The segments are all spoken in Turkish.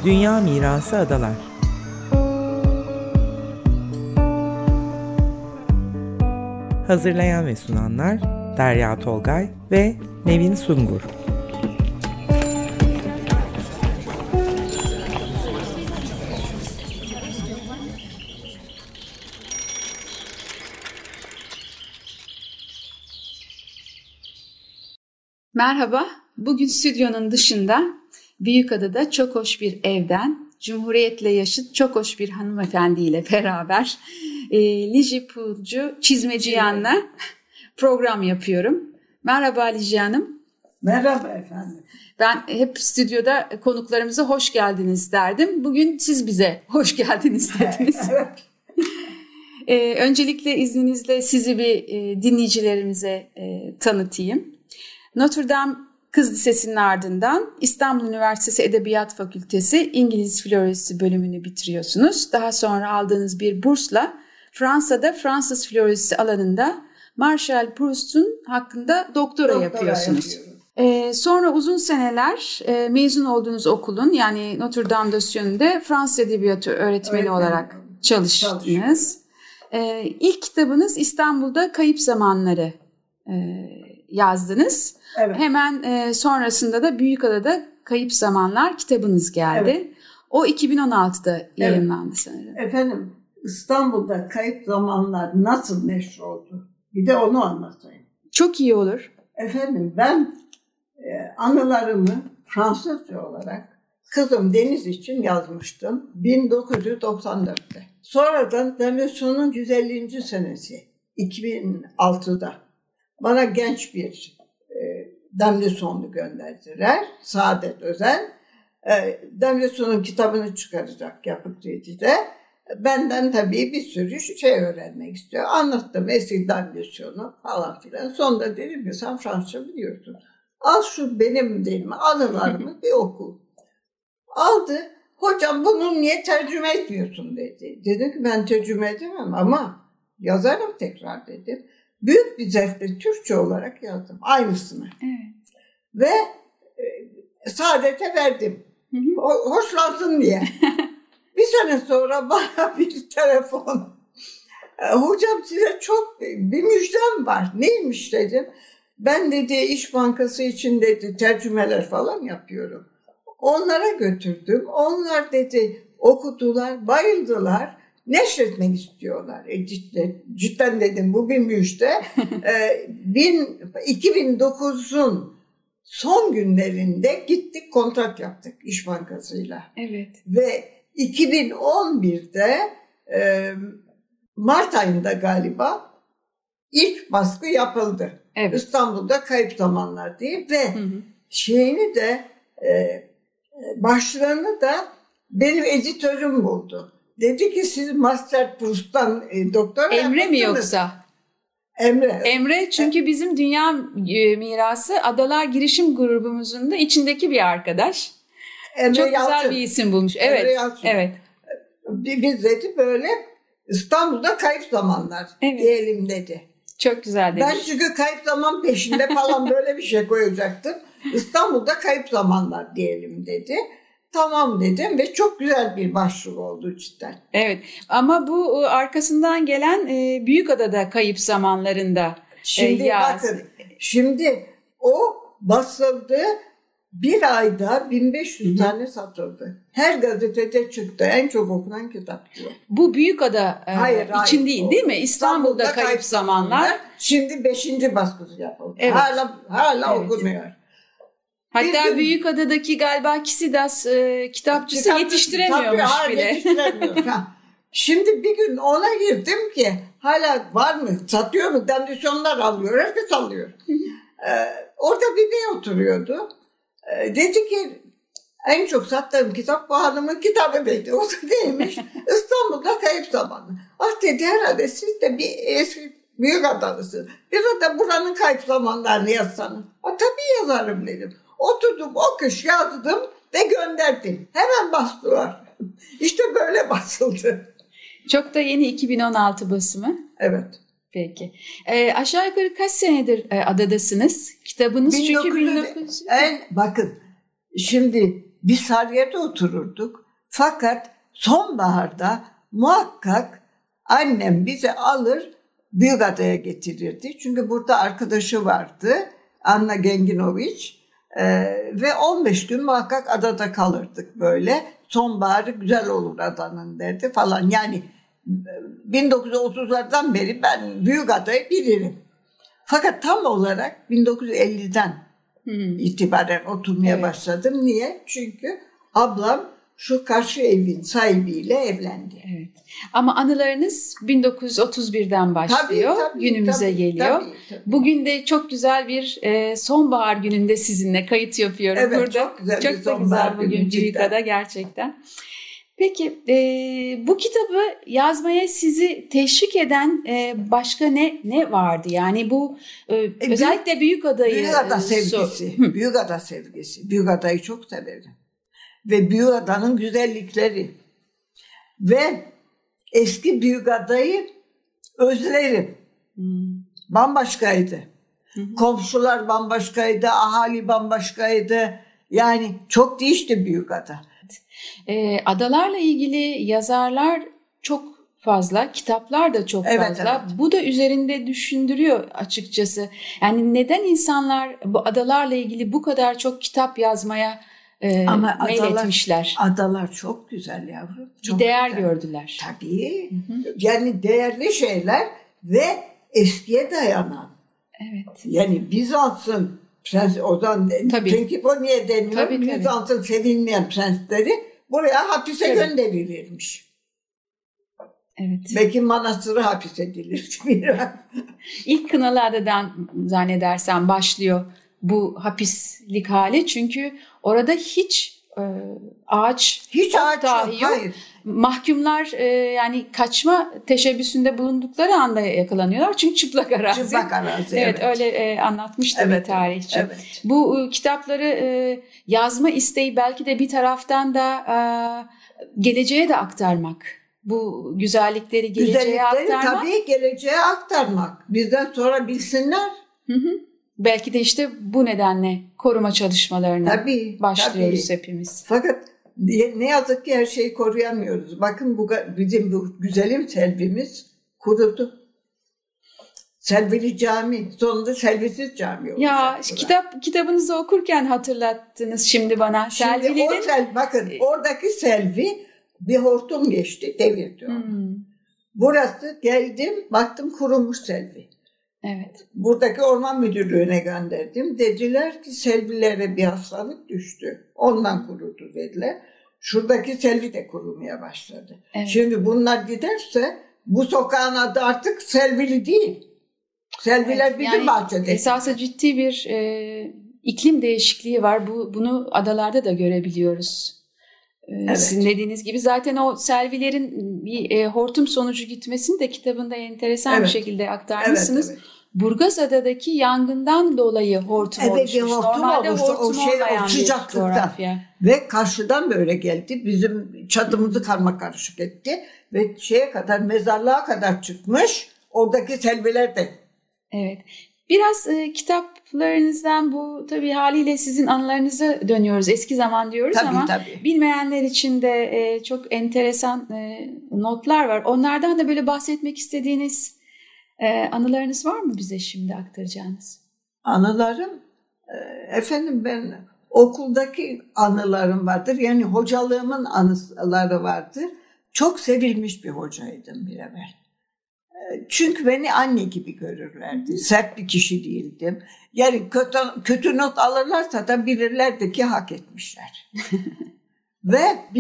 Dünya Mirası Adalar. Hazırlayan ve sunanlar Derya Tolgay ve Nevin Sungur. Merhaba, bugün stüdyonun dışında Büyükada'da çok hoş bir evden, Cumhuriyet'le yaşıt çok hoş bir hanımefendiyle beraber Lici Pulcu Çizmeciyan'la program yapıyorum. Merhaba Lici Hanım. Merhaba efendim. Ben hep stüdyoda konuklarımıza hoş geldiniz derdim. Bugün siz bize hoş geldiniz dediniz. Öncelikle izninizle sizi bir dinleyicilerimize tanıtayım. Notre Dame Kız Lisesi'nin ardından İstanbul Üniversitesi Edebiyat Fakültesi İngiliz Filolojisi bölümünü bitiriyorsunuz. Daha sonra aldığınız bir bursla Fransa'da Fransız Filolojisi alanında Marcel Proust'un hakkında doktora yapıyorsunuz. Sonra uzun seneler mezun olduğunuz okulun yani Notre Dame de Sion'de Fransız Edebiyatı öğretmeni olarak çalıştınız. İlk kitabınız İstanbul'da Kayıp Zamanları yazdınız. Evet. Hemen sonrasında da Büyükada'da Kayıp Zamanlar kitabınız geldi. Evet. O 2016'da yayınlandı sanırım. Efendim İstanbul'da Kayıp Zamanlar nasıl meşhur oldu? Bir de onu anlatayım. Çok iyi olur. Efendim ben anılarımı Fransızca olarak kızım Deniz için yazmıştım 1994'te. Sonradan Damleson'un 150. senesi 2006'da bana genç bir Damleson'u gönderdiler. Saadet Özel. Damleson'un kitabını çıkaracak Yapı Kredi'de. Benden tabii bir sürü şey öğrenmek istiyor. Anlattım eski Damleson'u falan filan. Sonunda dedim ki sen Fransızca biliyorsun. Al şu benim değil mi anılarımı bir oku. Aldı. Hocam bunu niye tercüme etmiyorsun dedi. Dedim ki ben tercüme edemem ama yazarım tekrar dedim. Büyük bir zevkle Türkçe olarak yazdım. Aynısını. Evet. Ve Saadet'e verdim. Hoşlansın diye. Bir sene sonra bana bir telefon. Hocam size çok bir müjdem var. Neymiş dedim. Ben dedi İş Bankası için dedi tercümeler falan yapıyorum. Onlara götürdüm. Onlar dedi okudular, bayıldılar. Neşretmek istiyorlar. Cidden dedim bu bir müjde. 2009'un son günlerinde gittik kontrat yaptık İş Bankası'yla. Evet. Ve 2011'de Mart ayında galiba ilk baskı yapıldı. Evet. İstanbul'da Kayıp Zamanlar diye ve şeyini de başlığını da benim editörüm buldu. Dedi ki siz Marcel Proust'tan doktora Emre yaptınız. Mi yoksa? Emre. Emre çünkü bizim Dünya Mirası Adalar Girişim grubumuzun da içindeki bir arkadaş. Emre çok Yalçın. Güzel bir isim bulmuş. Evet. Evet. Biz dedi böyle İstanbul'da Kayıp Zamanlar diyelim dedi. Çok güzel demiş. Ben çünkü Kayıp Zaman peşinde falan böyle bir şey koyacaktım. İstanbul'da Kayıp Zamanlar diyelim dedi. Tamam dedim ve çok güzel bir başlık oldu cidden. Evet ama bu arkasından gelen Büyükada'da Kayıp Zamanlarında. Şimdi bakın şimdi o basıldı bir ayda 1500 tane satıldı. Her gazetede çıktı en çok okunan kitap diye. Bu Büyükada için değil mi? İstanbul'da Kayıp Zamanlar. Şimdi 5. baskısı yapıldı. Evet. Hala okunuyor. Hatta Büyükada'daki galiba Kisidas kitapçısı yetiştiremiyormuş bile. Yetiştiremiyor. Şimdi bir gün ona girdim ki hala var mı? Satıyor mu? Damlesonlar alıyor. Herkes alıyor. Orada bir bey oturuyordu. Dedi ki en çok sattığım kitap bu hanımın kitabı dedi. O da neymiş? İstanbul'da Kayıp Zamanı. Ah dedi herhalde siz de bir eski Büyükadalısınız. Biraz da buranın Kayıp Zamanlarını yazsanız. Tabii yazarım dedim. Oturdum o kış yazdım ve gönderdim. Hemen bastılar. İşte böyle basıldı. Çok da yeni 2016 basımı. Evet. Peki. Aşağı yukarı kaç senedir adadasınız? Kitabınız çünkü 1900. Bakın şimdi biz Sarıyer'de otururduk. Fakat sonbaharda muhakkak annem bizi alır Büyükada'ya getirirdi. Çünkü burada arkadaşı vardı, Anna Genginoviç. Ve 15 gün muhakkak adada kalırdık böyle. Sonbaharı güzel olur adanın derdi falan. Yani 1930'lardan beri ben Büyükada'yı bilirim. Fakat tam olarak 1950'den itibaren oturmaya başladım. Niye? Çünkü ablam şu karşı evin sahibiyle evlendi. Evet. Ama anılarınız 1931'den başlıyor, günümüze geliyor. Tabii. Bugün de çok güzel bir sonbahar gününde sizinle kayıt yapıyorum evet, burada. Çok güzel çok da güzel bugün Büyükada gerçekten. Peki bu kitabı yazmaya sizi teşvik eden başka ne vardı? Yani bu özellikle Büyükada'yı... Büyükada sevgisi. Büyükada sevgisi. Büyükada'yı çok severim. Ve Büyükada'nın güzellikleri. Ve eski Büyükada'yı özlerim. Bambaşkaydı. Komşular bambaşkaydı, ahali bambaşkaydı. Yani çok değişti Büyükada. Adalarla ilgili yazarlar çok fazla, kitaplar da çok fazla. Evet. Bu da üzerinde düşündürüyor açıkçası. Yani neden insanlar bu adalarla ilgili bu kadar çok kitap yazmaya meyletmişler? Adalar çok güzel yavrum. Çok bir değer güzel gördüler. Tabii. Yani değerli şeyler ve eskiye dayanan. Evet. Yani Bizans'ın oradan Tenkiponi'ye deniyor. Bizans'ın sevilmeyen prensleri buraya hapise gönderilirmiş. Evet. Belki manastırı hapis edilir. İlk Kınalıada'dan zannedersem başlıyor bu hapislik hali. Çünkü orada hiç ağaç dahi yok. Hayır. Mahkumlar yani kaçma teşebbüsünde bulundukları anda yakalanıyorlar. Çünkü çıplak arazi. Çıplak arazi. Evet, öyle anlatmıştı bir tarihçi. Evet. Bu kitapları yazma isteği belki de bir taraftan da geleceğe de aktarmak. Bu güzellikleri geleceğe aktarmak. Tabii geleceğe aktarmak. Bizden sonra bilsinler. Belki de işte bu nedenle koruma çalışmalarına başlıyoruz hepimiz. Fakat ne yazık ki her şeyi koruyamıyoruz. Bakın bizim bu güzelim selvimiz kurudu. Selvili cami, sonunda selvisiz cami olacak. Ya kitabınızı okurken hatırlattınız şimdi bana. Şimdi bakın oradaki selvi bir hortum geçti, devirdi onu. Burası geldim, baktım kurumuş selvi. Evet. Buradaki orman müdürlüğüne gönderdim. Dediler ki selvilere bir hastalık düştü. Ondan kurudu dediler. Şuradaki selvi de kurumaya başladı. Evet. Şimdi bunlar giderse bu sokağın adı artık Selvili değil. Selviler bizim bahçede. Esasında ciddi bir iklim değişikliği var. Bunu adalarda da görebiliyoruz. Sizin dediğiniz gibi zaten o selvilerin bir hortum sonucu gitmesini de kitabında enteresan bir şekilde aktarmışsınız. Evet. Burgazada'daki yangından dolayı hortum oluşmuş. Normalde hortum olmayan o sıcaklıktan. Ve karşıdan böyle geldi. Bizim çadımızı karmakarışık etti. Ve mezarlığa kadar çıkmış. Oradaki selviler de. Evet. Biraz kitaplarınızdan bu tabii haliyle sizin anılarınıza dönüyoruz. Eski zaman diyoruz ama bilmeyenler için de çok enteresan notlar var. Onlardan da böyle bahsetmek istediğiniz anılarınız var mı bize şimdi aktaracağınız? Anılarım? Efendim ben okuldaki anılarım vardır. Yani hocalığımın anıları vardır. Çok sevilmiş bir hocaydım bir evvel. Çünkü beni anne gibi görürlerdi. Sert bir kişi değildim. Yani kötü not alırlarsa da bilirlerdi ki hak etmişler. Ve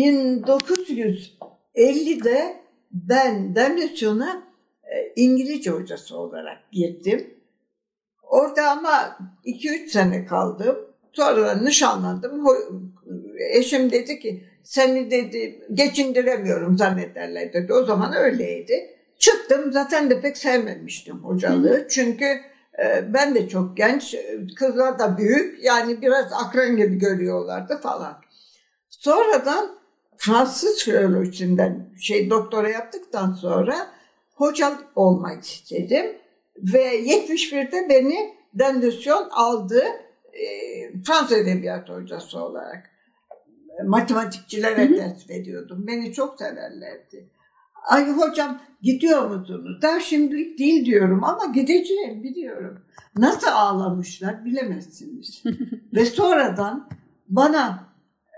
1950'de ben Demlesyon'a İngilizce hocası olarak girdim. Orada ama 2-3 sene kaldım. Sonra nişanlandım. Eşim dedi ki seni dedi geçindiremiyorum zannederler dedi. O zaman öyleydi. Çıktım, zaten de pek sevmemiştim hocalığı. Çünkü ben de çok genç, kızlar da büyük, yani biraz akran gibi görüyorlardı falan. Sonradan Fransız filolojisinden doktora yaptıktan sonra hocalık olmak istedim. Ve 71'de beni Dendüsyon aldı Fransız Edebiyatı hocası olarak. matematikçilere ders veriyordum. Beni çok severlerdi. Ay hocam gidiyor musunuz? Daha şimdilik değil diyorum ama gideceğim biliyorum. Nasıl ağlamışlar bilemezsiniz. Ve sonradan bana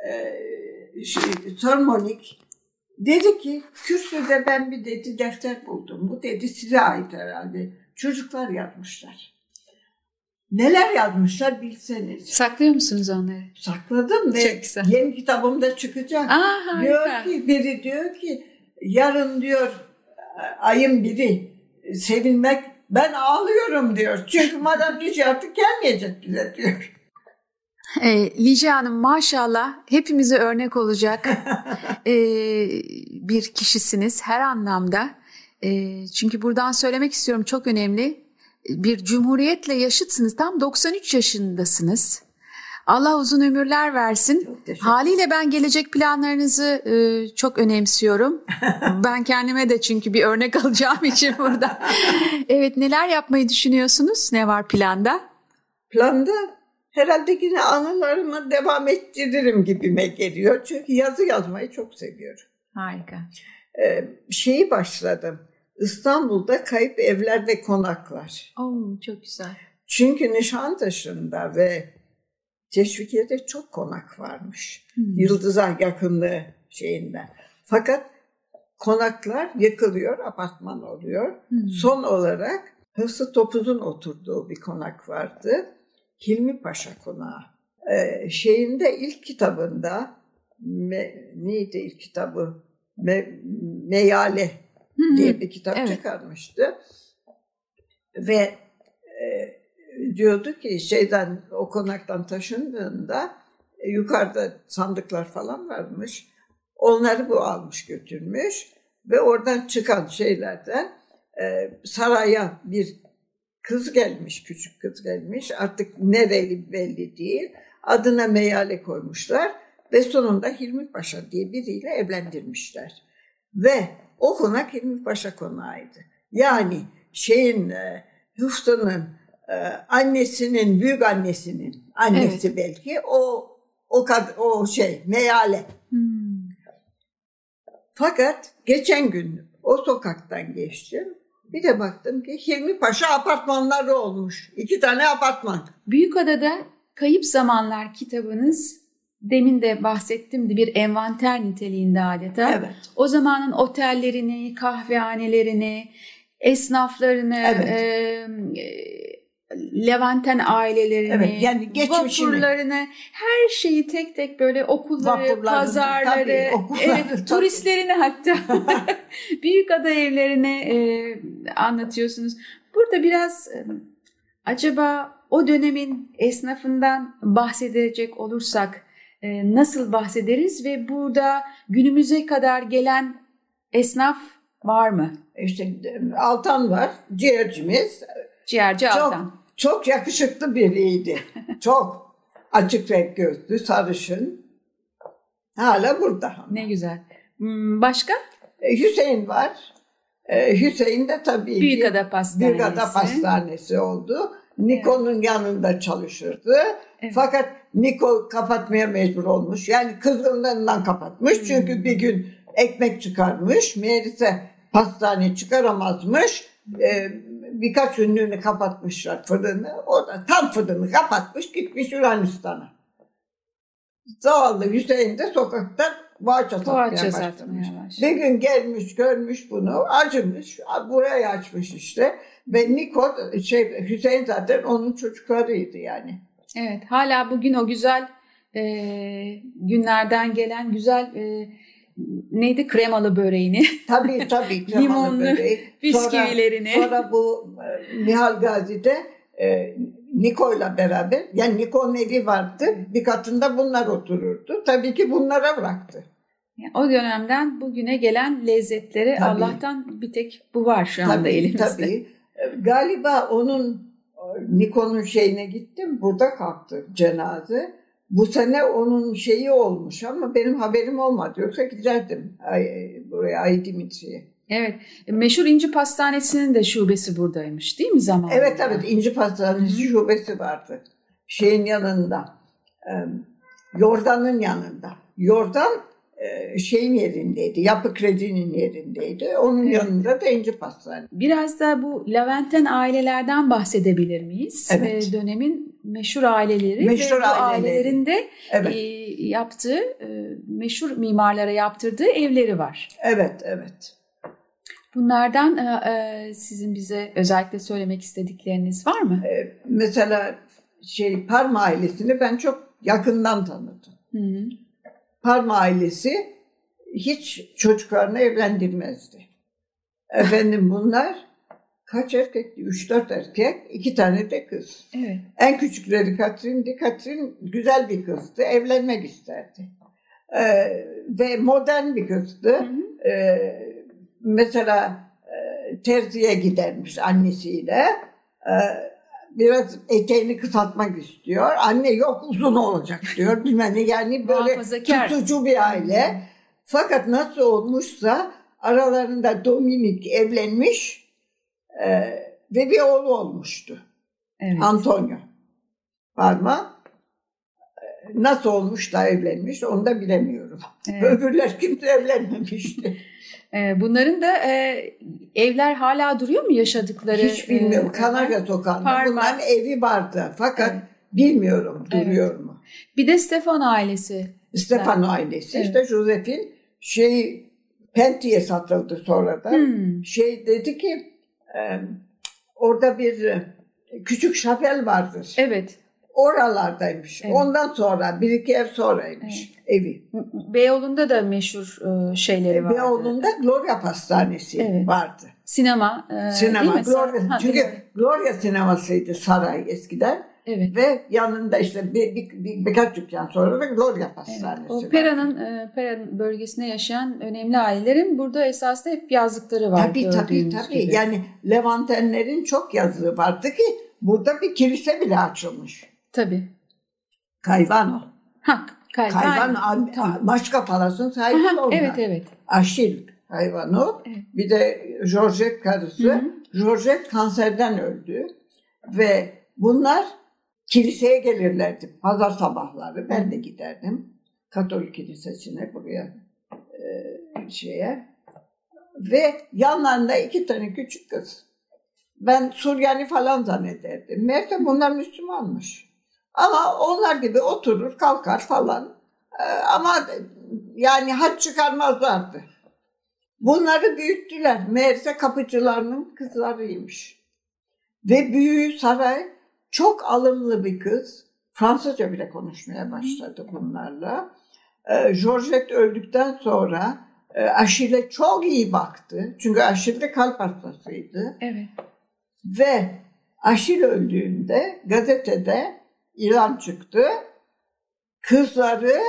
Sir Monik dedi ki kürsüde ben bir dedi defter buldum. Bu dedi size ait herhalde. Çocuklar yazmışlar. Neler yazmışlar bilseniz. Saklıyor musunuz onları? Sakladım ve yeni kitabımda çıkacak. Biri diyor ki yarın diyor ayın biri sevinmek ben ağlıyorum diyor. Çünkü Madame Lice artık gelmeyecek bize diyor. Lice Hanım maşallah hepimize örnek olacak bir kişisiniz her anlamda. Çünkü buradan söylemek istiyorum çok önemli. Bir cumhuriyetle yaşıtsınız. Tam 93 yaşındasınız. Allah uzun ömürler versin. Haliyle ben gelecek planlarınızı çok önemsiyorum. Ben kendime de çünkü bir örnek alacağım için burada. Evet, neler yapmayı düşünüyorsunuz? Ne var planda? Planda herhalde yine anılarımı devam ettiririm gibime geliyor. Çünkü yazı yazmayı çok seviyorum. Harika. Başladım. İstanbul'da kayıp evler ve konaklar. Çok güzel. Çünkü Nişantaşı'nda ve Teşvikiye'de çok konak varmış. Yıldız'a yakınlığı şeyinden. Fakat konaklar yıkılıyor, apartman oluyor. Son olarak Hıfzı Topuz'un oturduğu bir konak vardı. Hilmi Paşa Konağı. İlk kitabında neydi ilk kitabı? Meyale diye bir kitap çıkarmıştı. Ve diyordu ki o konaktan taşındığında yukarıda sandıklar falan varmış. Onları bu almış götürmüş ve oradan çıkan şeylerden saraya bir kız gelmiş, küçük kız gelmiş. Artık nereli belli değil. Adına Meyale koymuşlar ve sonunda Hilmi Paşa diye biriyle evlendirmişler. Ve o konak Hilmi Paşa konağıydı. Yani Hıfzı'nın annesinin, büyük annesinin annesi belki o Meyale. Fakat geçen gün o sokaktan geçtim. Bir de baktım ki Hilmi Paşa apartmanları olmuş. 2 tane apartman. Büyükada'da Kayıp Zamanlar kitabınız demin de bahsettim bir envanter niteliğinde adeta. Evet. O zamanın otellerini, kahvehanelerini, esnaflarını, Levanten ailelerini, yani vapurlarını, her şeyi tek tek böyle okulları, pazarları, turistlerini hatta Büyükada evlerini anlatıyorsunuz. Burada biraz acaba o dönemin esnafından bahsedecek olursak nasıl bahsederiz ve burada günümüze kadar gelen esnaf var mı? Altan var, ciğercimiz. Ciğerci Altan. Çok yakışıklı biriydi. Çok açık renk gözlü, sarışın. Hala burada. Ne güzel. Başka? Hüseyin var. Hüseyin de tabii Büyükada Pastanesi. Büyükada Pastanesi oldu. Niko'nun yanında çalışırdı. Evet. Fakat Niko kapatmaya mecbur olmuş. Yani kızlarından kapatmış. Çünkü bir gün ekmek çıkarmış. Meğerse pastane çıkaramazmış. Birkaç günlüğüne kapatmışlar fırını. O da tam fırını kapatmış gitmiş Yunanistan'a. Zavallı Hüseyin de sokakta poğaça satmaya başlamış. Bir gün gelmiş görmüş bunu acımış. Buraya açmış işte. Ve Niko Hüseyin zaten onun çocuklarıydı yani. Evet, hala bugün o güzel günlerden gelen güzel neydi kremalı böreğini. Tabii kremalı limonlu böreği. Bisküvilerini. Sonra bu Nihal Gazi'de Niko'yla beraber, yani Niko'nun evi vardı, bir katında bunlar otururdu. Tabii ki bunlara bıraktı. Yani o dönemden bugüne gelen lezzetleri Allah'tan bir tek bu var şu anda elimizde. Tabii. Galiba Niko'nun şeyine gittim, burada kalktı cenaze. Bu sene onun şeyi olmuş ama benim haberim olmadı. Yoksa giderdim buraya Ay Dimitri'ye. Evet. Meşhur İnci Pastanesi'nin de şubesi buradaymış değil mi zamanında? Evet. İnci Pastanesi şubesi vardı. Şeyin yanında. Yordan'ın yanında. Yordan şeyin yerindeydi. Yapı Kredi'nin yerindeydi. Onun yanında da İnci Pastane. Biraz da bu Leventen ailelerden bahsedebilir miyiz? Evet. Meşhur meşhur aileleri ve bu ailelerin de yaptığı, meşhur mimarlara yaptırdığı evleri var. Evet. Bunlardan sizin bize özellikle söylemek istedikleriniz var mı? Mesela Parma ailesini ben çok yakından tanıdım. Parma ailesi hiç çocuklarını evlendirmezdi. Efendim bunlar kaç erkekti? 3-4 erkek, 2 tane de kız. Evet. En küçükleri Katrin'di. Katrin güzel bir kızdı. Evlenmek isterdi. Ve modern bir kızdı. Mesela terziye gidermiş annesiyle. Biraz eteğini kısaltmak istiyor. Anne yok uzun olacak diyor. Bilmem ne, yani böyle tutucu bir aile. Fakat nasıl olmuşsa aralarında Dominik evlenmiş ve bir oğlu olmuştu. Evet. Antonio Parma. Nasıl olmuş da evlenmiş onu da bilemiyorum. Evet. Öbürler kimse evlenmemişti. Bunların da evler hala duruyor mu yaşadıkları? Hiç bilmiyorum. Kanarya Sokağı'nda bunların evi vardı. Fakat bilmiyorum duruyor mu. Bir de Stefano ailesi. Stefano ailesi. İşte Joseph'in Penti'ye satıldı sonradan. Dedi ki orada bir küçük şapel vardır. Evet. Oralardaymış. Evet. Ondan sonra bir iki ev sonraymış evi. Beyoğlu'nda da meşhur şeyleri vardı. Beyoğlu'nda Gloria Pastanesi vardı. Sinema. Gloria. Çünkü Gloria sinemasıydı saray eskiden. Evet. Ve yanında işte birkaç dükkan sonra da Gloria Pastanesi O Pera'nın bölgesinde yaşayan önemli ailelerin burada esasında hep yazdıkları var. Tabii. Gibi. Yani Levantenlerin çok yazdığı vardı ki burada bir kilise bile açılmış. Tabii. Calvano. Calvano. Maşka Palas'ın sahibi onlar. Evet. Achille Calvano. Evet. Bir de Georgette karısı. Georgette kanserden öldü. Ve bunlar kiliseye gelirlerdi pazar sabahları. Ben de giderdim. Katolik kilisesine buraya Ve yanlarında 2 tane küçük kız. Ben Süryani falan zannederdim. Meğerse bunlar Müslümanmış. Ama onlar gibi oturur, kalkar falan. Ama yani haç çıkarmazlardı. Bunları büyüttüler. Meğerse kapıcılarının kızlarıymış. Ve büyüğü Saray çok alımlı bir kız. Fransızca bile konuşmaya başladı bunlarla. Georgette öldükten sonra Achille çok iyi baktı. Çünkü Achille de kalp hastasıydı. Evet. Ve Achille öldüğünde gazetede ilan çıktı. Kızları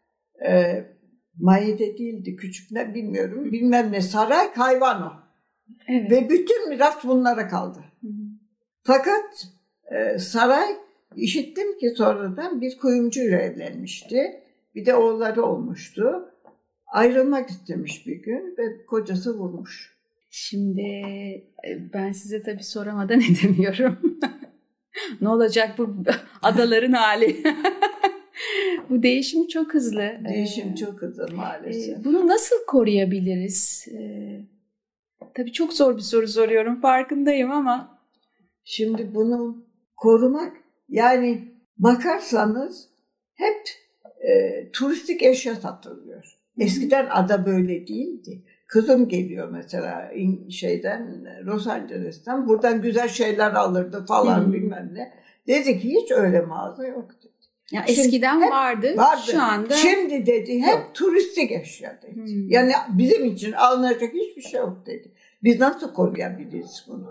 Maide değildi, küçük ne bilmiyorum. Bilmem ne Saray Calvano. Evet. Ve bütün miras bunlara kaldı. Fakat Saray işittim ki sonradan bir kuyumcuyla evlenmişti. Bir de oğulları olmuştu. Ayrılmak istemiş bir gün ve kocası vurmuş. Şimdi ben size tabii soramadan edemiyorum. Ne olacak bu adaların hali? Bu değişim çok hızlı. Değişim çok hızlı maalesef. Bunu nasıl koruyabiliriz? Tabii çok zor bir soru soruyorum, farkındayım ama. Şimdi bunu korumak, yani bakarsanız hep turistik eşya satılıyor. Eskiden ada böyle değildi. Kızım geliyor mesela Los Angeles'ten. Buradan güzel şeyler alırdı falan bilmem ne. Dedi ki hiç öyle mağaza yok dedi. Ya eskiden vardı. Şu anda. Şimdi dedi hep turistik eşya dedi. Yani bizim için alınacak hiçbir şey yok dedi. Biz nasıl koruyabiliriz bunu?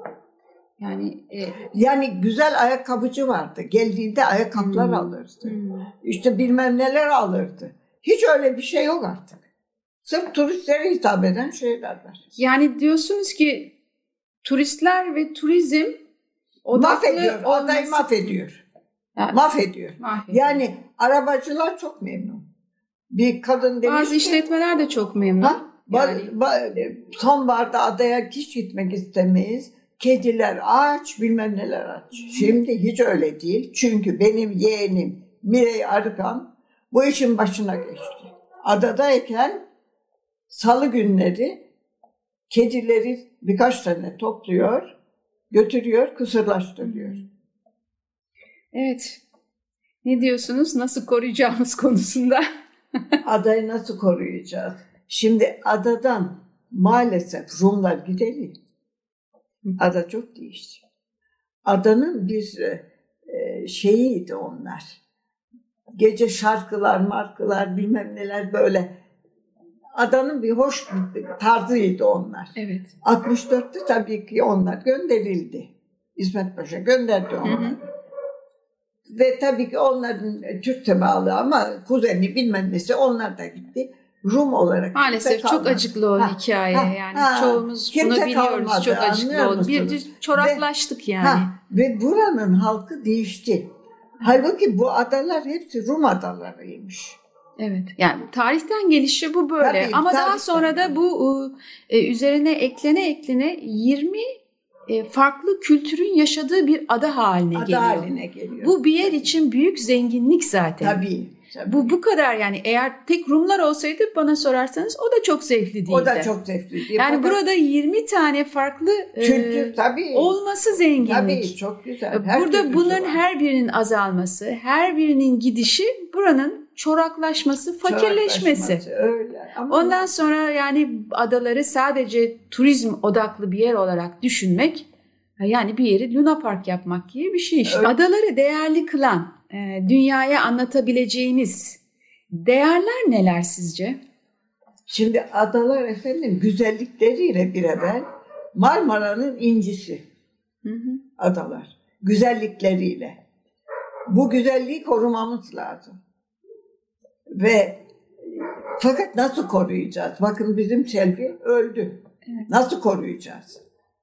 Yani güzel ayakkabıcı vardı. Geldiğinde ayakkabılar alırdı. İşte bilmem neler alırdı. Hiç öyle bir şey yok artık. Sırf turistlere hitap eden şeyler var. Yani diyorsunuz ki turistler ve turizm mahvediyor. Adayı mahvediyor. Evet. Mahvediyor. Yani arabacılar çok memnun. Bir kadın demiş bazı işletmeler de çok memnun. Sonbaharda adaya hiç gitmek istemeyiz. Kediler aç, bilmem neler aç. Şimdi hiç öyle değil. Çünkü benim yeğenim Mirey Arıkan bu işin başına geçti. Adadayken salı günleri kedileri birkaç tane topluyor, götürüyor, kısırlaştırıyor. Evet. Ne diyorsunuz? Nasıl koruyacağımız konusunda? Adayı nasıl koruyacağız? Şimdi adadan maalesef Rumlar gideli. Ada çok değişti. Adanın bir şeyiydi onlar. Gece şarkılar, markılar, bilmem neler böyle. Adanın bir hoş tarzıydı onlar. Evet. 64'te tabii ki onlar gönderildi. İsmet Paşa gönderdi onları. Ve tabii ki onların Türk temalı ama kuzeni bilmem nesi onlar da gitti. Rum olarak maalesef çok acıklı o hikaye yani çoğumuz bunu biliyoruz, kalmadı, çok acıklı oldu. Bir çoraklaştık yani. Ve buranın halkı değişti. Halbuki bu adalar hepsi Rum adalarıymış. Evet. Yani tarihten gelişi bu böyle. Tabii, ama daha sonra da bu üzerine eklene 20 farklı kültürün yaşadığı bir ada haline geliyor. Bu bir yer için büyük zenginlik zaten. Tabii. Bu kadar yani eğer tek Rumlar olsaydı bana sorarsanız o da çok zevkli değildi. O da çok zevkli değil. Yani fakat burada 20 tane farklı kültür tabii olması zenginlik. Tabii çok güzel. Burada bunların her birinin azalması, her birinin gidişi buranın çoraklaşması, fakirleşmesi. Öyle. Ondan sonra yani adaları sadece turizm odaklı bir yer olarak düşünmek, yani bir yeri Luna Park yapmak gibi bir şey işte. Adaları değerli kılan, dünyaya anlatabileceğiniz değerler neler sizce? Şimdi adalar efendim güzellikleriyle bir evvel Marmara'nın incisi. Adalar. Güzellikleriyle. Bu güzelliği korumamız lazım. Ve fakat nasıl koruyacağız? Bakın bizim Selvi öldü. Evet. Nasıl koruyacağız?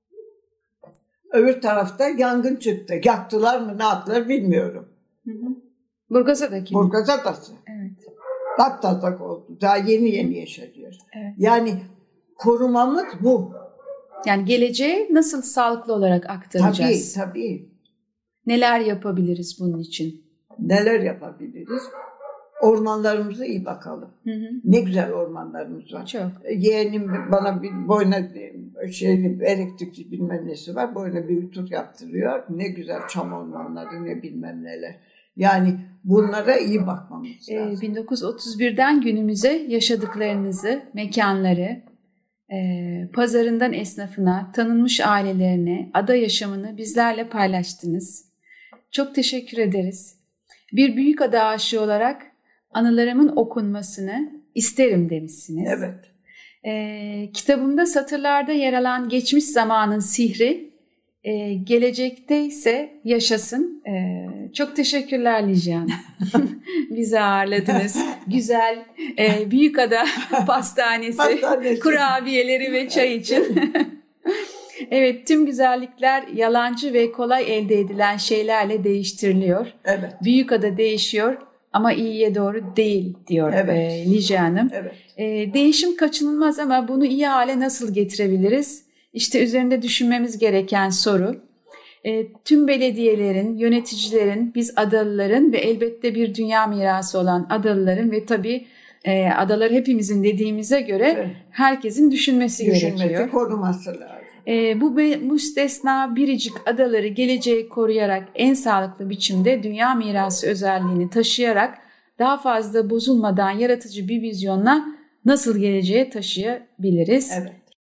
Öbür tarafta yangın çıktı. Yaktılar mı ne yaptılar bilmiyorum. Burgazada'daki. Burgazada'sı. Evet. Tatak oldu. Daha yeni yaşanıyor. Evet. Yani korumamız bu. Yani geleceğe nasıl sağlıklı olarak aktaracağız? Tabii. Neler yapabiliriz bunun için? Neler yapabiliriz? Ormanlarımıza iyi bakalım. Ne güzel ormanlarımız var. Çok. Yeğenim bana bir boyuna elektrikli bilmem nesi var. Boyuna bir tur yaptırıyor. Ne güzel çam ormanları ne bilmem neler. Yani bunlara iyi bakmamız lazım. 1931'den günümüze yaşadıklarınızı, mekanları, pazarından esnafına, tanınmış ailelerine, ada yaşamını bizlerle paylaştınız. Çok teşekkür ederiz. Bir büyük ada aşığı olarak anılarımın okunmasını isterim demişsiniz. Evet. Kitabımda satırlarda yer alan geçmiş zamanın sihri, gelecekte ise yaşasın. Çok teşekkürler Licya Hanım. Bizi ağırladınız. Güzel Büyükada pastanesi, kurabiyeleri ve çay için. Evet, tüm güzellikler yalancı ve kolay elde edilen şeylerle değiştiriliyor. Evet. Büyükada değişiyor ama iyiye doğru değil diyor Licya Hanım. Evet. Değişim kaçınılmaz ama bunu iyi hale nasıl getirebiliriz? İşte üzerinde düşünmemiz gereken soru. Tüm belediyelerin, yöneticilerin, biz adalıların ve elbette bir dünya mirası olan adalıların ve tabii adaları hepimizin dediğimize göre herkesin düşünmesi gerekiyor. Koruması lazım. Bu müstesna biricik adaları geleceğe koruyarak en sağlıklı biçimde dünya mirası özelliğini taşıyarak daha fazla bozulmadan yaratıcı bir vizyonla nasıl geleceğe taşıyabiliriz? Evet.